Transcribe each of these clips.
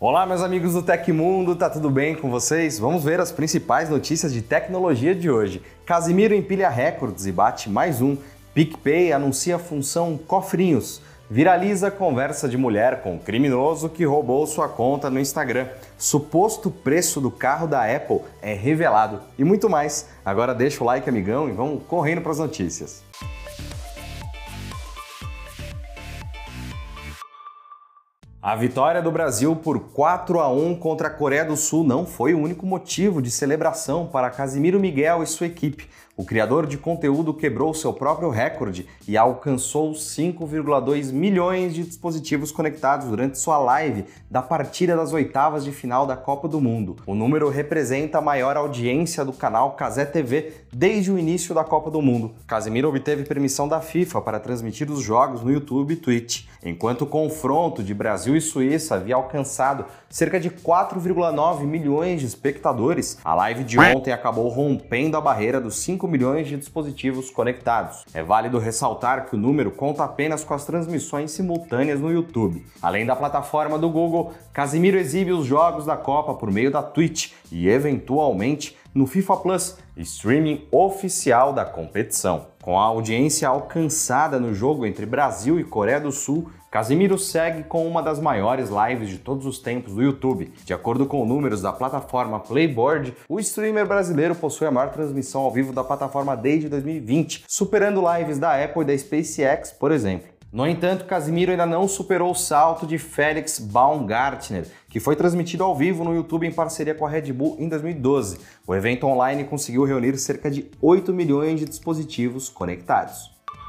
Olá, meus amigos do Tecmundo, tá tudo bem com vocês? Vamos ver as principais notícias de tecnologia de hoje. Casimiro empilha recordes e bate mais um. PicPay anuncia a função Cofrinhos. Viraliza conversa de mulher com criminoso que roubou sua conta no Instagram. Suposto preço do carro da Apple é revelado. E muito mais. Agora deixa o like, amigão, e vamos correndo para as notícias. A vitória do Brasil por 4-1 contra a Coreia do Sul não foi o único motivo de celebração para Casimiro Miguel e sua equipe. O criador de conteúdo quebrou seu próprio recorde e alcançou 5,2 milhões de dispositivos conectados durante sua live da partida das oitavas de final da Copa do Mundo. O número representa a maior audiência do canal Cazé TV desde o início da Copa do Mundo. Casimiro obteve permissão da FIFA para transmitir os jogos no YouTube e Twitch, enquanto o confronto de Brasil e Suíça havia alcançado cerca de 4,9 milhões de espectadores. A live de ontem acabou rompendo a barreira dos 5 milhões de dispositivos conectados. É válido ressaltar que o número conta apenas com as transmissões simultâneas no YouTube. Além da plataforma do Google, Casimiro exibe os jogos da Copa por meio da Twitch e, eventualmente, no FIFA Plus, streaming oficial da competição. Com a audiência alcançada no jogo entre Brasil e Coreia do Sul, Casimiro segue com uma das maiores lives de todos os tempos do YouTube. De acordo com números da plataforma Playboard, o streamer brasileiro possui a maior transmissão ao vivo da plataforma desde 2020, superando lives da Apple e da SpaceX, por exemplo. No entanto, Casimiro ainda não superou o salto de Felix Baumgartner, que foi transmitido ao vivo no YouTube em parceria com a Red Bull em 2012. O evento online conseguiu reunir cerca de 8 milhões de dispositivos conectados.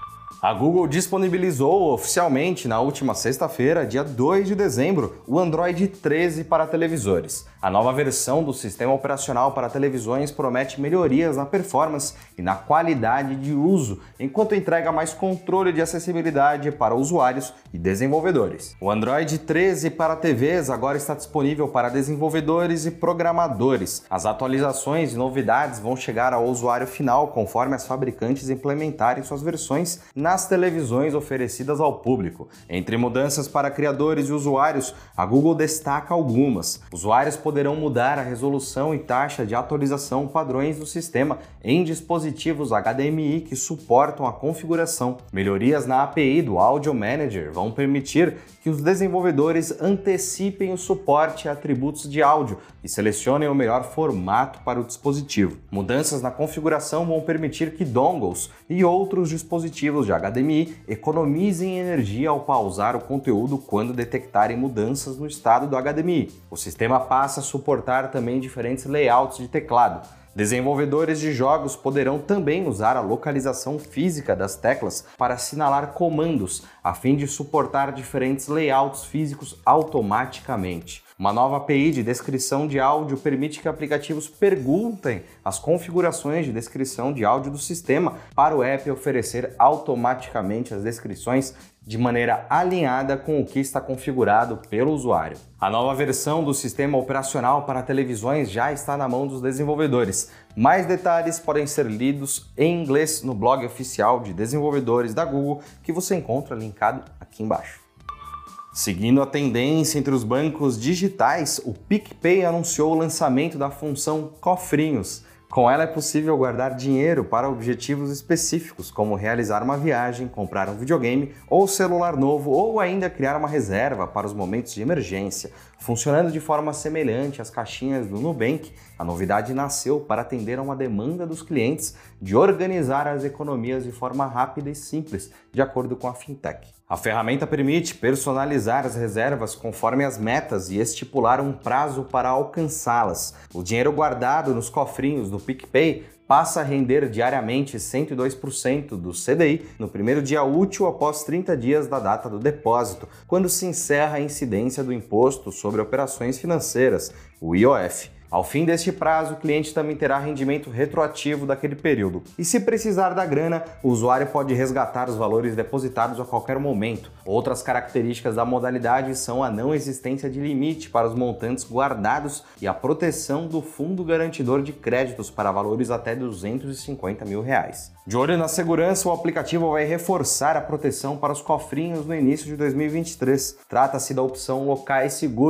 A Google disponibilizou oficialmente na última sexta-feira, dia 2 de dezembro, o Android 13 para televisores. A nova versão do sistema operacional para televisões promete melhorias na performance e na qualidade de uso, enquanto entrega mais controle de acessibilidade para usuários e desenvolvedores. O Android 13 para TVs agora está disponível para desenvolvedores e programadores. As atualizações e novidades vão chegar ao usuário final conforme as fabricantes implementarem suas versões nas televisões oferecidas ao público. Entre mudanças para criadores e usuários, a Google destaca algumas. Usuários poderão mudar a resolução e taxa de atualização padrões do sistema em dispositivos HDMI que suportam a configuração. Melhorias na API do Audio Manager vão permitir que os desenvolvedores antecipem o suporte a atributos de áudio e selecionem o melhor formato para o dispositivo. Mudanças na configuração vão permitir que dongles e outros dispositivos de HDMI economizem energia ao pausar o conteúdo quando detectarem mudanças no estado do HDMI. O sistema passa a suportar também diferentes layouts de teclado. Desenvolvedores de jogos poderão também usar a localização física das teclas para assinalar comandos, a fim de suportar diferentes layouts físicos automaticamente. Uma nova API de descrição de áudio permite que aplicativos perguntem as configurações de descrição de áudio do sistema para o app oferecer automaticamente as descrições de maneira alinhada com o que está configurado pelo usuário. A nova versão do sistema operacional para televisões já está na mão dos desenvolvedores. Mais detalhes podem ser lidos em inglês no blog oficial de desenvolvedores da Google, que você encontra linkado aqui embaixo. Seguindo a tendência entre os bancos digitais, o PicPay anunciou o lançamento da função Cofrinhos. Com ela é possível guardar dinheiro para objetivos específicos, como realizar uma viagem, comprar um videogame ou celular novo, ou ainda criar uma reserva para os momentos de emergência. Funcionando de forma semelhante às caixinhas do Nubank, a novidade nasceu para atender a uma demanda dos clientes de organizar as economias de forma rápida e simples, de acordo com a fintech. A ferramenta permite personalizar as reservas conforme as metas e estipular um prazo para alcançá-las. O dinheiro guardado nos cofrinhos do PicPay passa a render diariamente 102% do CDI no primeiro dia útil após 30 dias da data do depósito, quando se encerra a incidência do Imposto sobre Operações Financeiras, o IOF. Ao fim deste prazo, o cliente também terá rendimento retroativo daquele período. E se precisar da grana, o usuário pode resgatar os valores depositados a qualquer momento. Outras características da modalidade são a não existência de limite para os montantes guardados e a proteção do fundo garantidor de créditos para valores até R$250 mil. De olho na segurança, o aplicativo vai reforçar a proteção para os cofrinhos no início de 2023. Trata-se da opção Locais Seguros,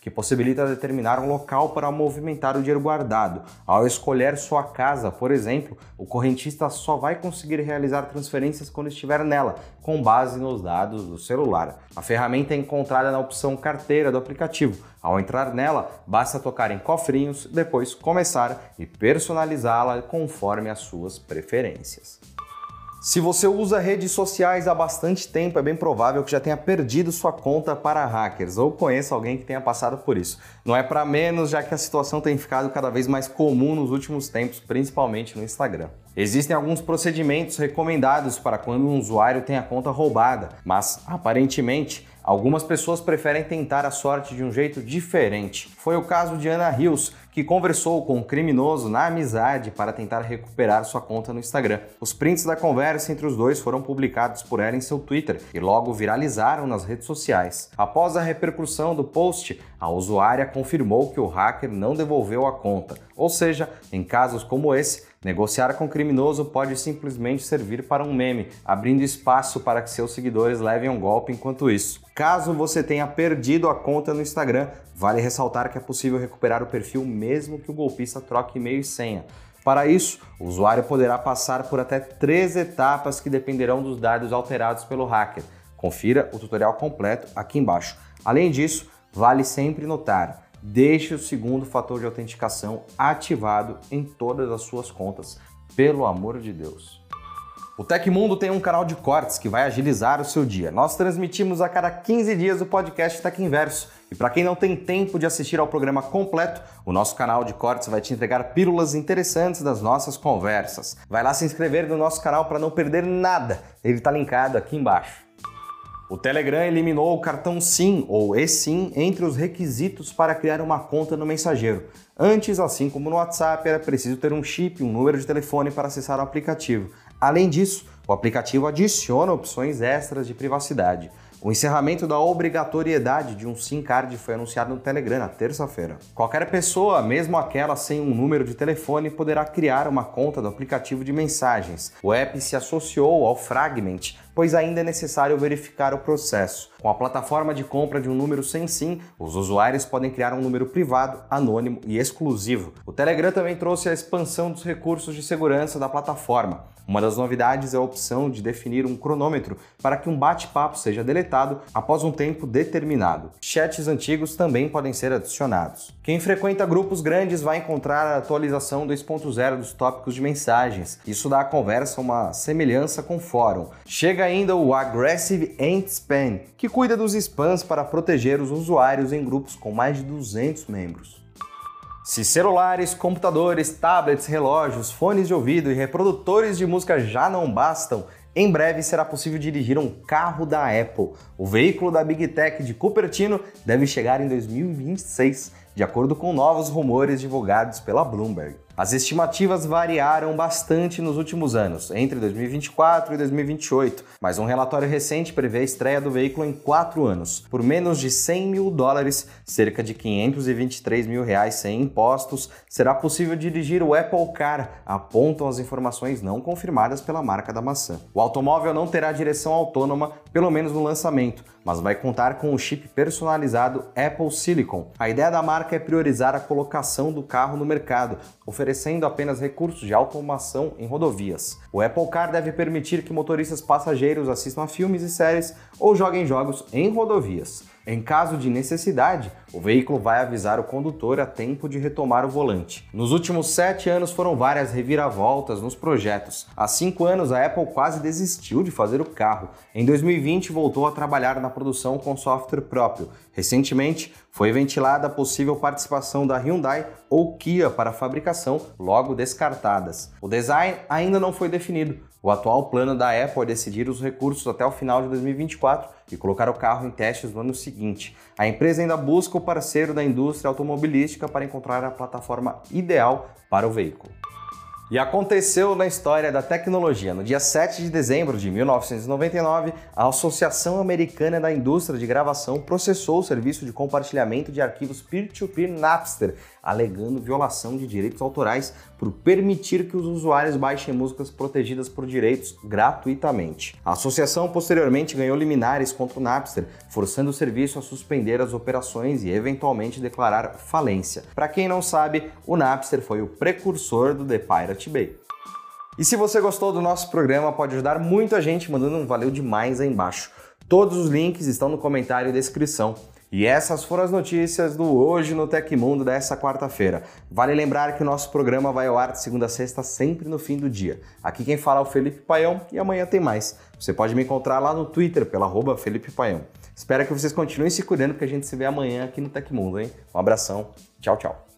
que possibilita determinar um local para movimentar o dinheiro guardado. Ao escolher sua casa, por exemplo, o correntista só vai conseguir realizar transferências quando estiver nela, com base nos dados do celular. A ferramenta é encontrada na opção carteira do aplicativo. Ao entrar nela, basta tocar em cofrinhos, depois começar e personalizá-la conforme as suas preferências. Se você usa redes sociais há bastante tempo, é bem provável que já tenha perdido sua conta para hackers ou conheça alguém que tenha passado por isso. Não é para menos, já que a situação tem ficado cada vez mais comum nos últimos tempos, principalmente no Instagram. Existem alguns procedimentos recomendados para quando um usuário tem a conta roubada, mas aparentemente algumas pessoas preferem tentar a sorte de um jeito diferente. Foi o caso de Ana Rios, que conversou com um criminoso na amizade para tentar recuperar sua conta no Instagram. Os prints da conversa entre os dois foram publicados por ela em seu Twitter e logo viralizaram nas redes sociais. Após a repercussão do post, a usuária confirmou que o hacker não devolveu a conta. Ou seja, em casos como esse, negociar com o criminoso pode simplesmente servir para um meme, abrindo espaço para que seus seguidores levem um golpe enquanto isso. Caso você tenha perdido a conta no Instagram, vale ressaltar que é possível recuperar o perfil mesmo que o golpista troque e-mail e senha. Para isso, o usuário poderá passar por até 3 etapas que dependerão dos dados alterados pelo hacker. Confira o tutorial completo aqui embaixo. Além disso, vale sempre notar: deixe o segundo fator de autenticação ativado em todas as suas contas, pelo amor de Deus. O Tecmundo tem um canal de cortes que vai agilizar o seu dia. Nós transmitimos a cada 15 dias o podcast Tech Inverso. E para quem não tem tempo de assistir ao programa completo, o nosso canal de cortes vai te entregar pílulas interessantes das nossas conversas. Vai lá se inscrever no nosso canal para não perder nada. Ele está linkado aqui embaixo. O Telegram eliminou o cartão SIM ou eSIM entre os requisitos para criar uma conta no mensageiro. Antes, assim como no WhatsApp, era preciso ter um chip, um número de telefone para acessar o aplicativo. Além disso, o aplicativo adiciona opções extras de privacidade. O encerramento da obrigatoriedade de um SIM card foi anunciado no Telegram na terça-feira. Qualquer pessoa, mesmo aquela sem um número de telefone, poderá criar uma conta do aplicativo de mensagens. O app se associou ao Fragment, pois ainda é necessário verificar o processo. Com a plataforma de compra de um número sem SIM, os usuários podem criar um número privado, anônimo e exclusivo. O Telegram também trouxe a expansão dos recursos de segurança da plataforma. Uma das novidades é a opção de definir um cronômetro para que um bate-papo seja deletado após um tempo determinado. Chats antigos também podem ser adicionados. Quem frequenta grupos grandes vai encontrar a atualização 2.0 dos tópicos de mensagens. Isso dá à conversa uma semelhança com o fórum. Chega ainda o Aggressive Anti-Spam, que cuida dos spams para proteger os usuários em grupos com mais de 200 membros. Se celulares, computadores, tablets, relógios, fones de ouvido e reprodutores de música já não bastam, em breve será possível dirigir um carro da Apple. O veículo da Big Tech de Cupertino deve chegar em 2026, de acordo com novos rumores divulgados pela Bloomberg. As estimativas variaram bastante nos últimos anos, entre 2024 e 2028, mas um relatório recente prevê a estreia do veículo em 4 anos. Por menos de $100 mil, cerca de R$523 mil sem impostos, será possível dirigir o Apple Car, apontam as informações não confirmadas pela marca da maçã. O automóvel não terá direção autônoma, pelo menos no lançamento, mas vai contar com o chip personalizado Apple Silicon. A ideia da marca é priorizar a colocação do carro no mercado, oferecendo apenas recursos de automação em rodovias. O Apple Car deve permitir que motoristas passageiros assistam a filmes e séries ou joguem jogos em rodovias. Em caso de necessidade, o veículo vai avisar o condutor a tempo de retomar o volante. Nos últimos 7 anos foram várias reviravoltas nos projetos. Há 5 anos a Apple quase desistiu de fazer o carro. Em 2020 voltou a trabalhar na produção com software próprio. Recentemente foi ventilada a possível participação da Hyundai ou Kia para a fabricação, logo descartadas. O design ainda não foi definido. O atual plano da Apple é decidir os recursos até o final de 2024 e colocar o carro em testes no ano seguinte. A empresa ainda busca o parceiro da indústria automobilística para encontrar a plataforma ideal para o veículo. E aconteceu na história da tecnologia. No dia 7 de dezembro de 1999, a Associação Americana da Indústria de Gravação processou o serviço de compartilhamento de arquivos peer-to-peer Napster, alegando violação de direitos autorais por permitir que os usuários baixem músicas protegidas por direitos gratuitamente. A associação posteriormente ganhou liminares contra o Napster, forçando o serviço a suspender as operações e eventualmente declarar falência. Para quem não sabe, o Napster foi o precursor do The Pirate Bay. E se você gostou do nosso programa, pode ajudar muito a gente mandando um valeu demais aí embaixo. Todos os links estão no comentário e descrição. E essas foram as notícias do Hoje no Tecmundo dessa quarta-feira. Vale lembrar que o nosso programa vai ao ar de segunda a sexta, sempre no fim do dia. Aqui quem fala é o Felipe Paião e amanhã tem mais. Você pode me encontrar lá no Twitter, pela @Felipe Paião. Espero que vocês continuem se cuidando, porque a gente se vê amanhã aqui no Tecmundo, hein? Um abração, tchau, tchau.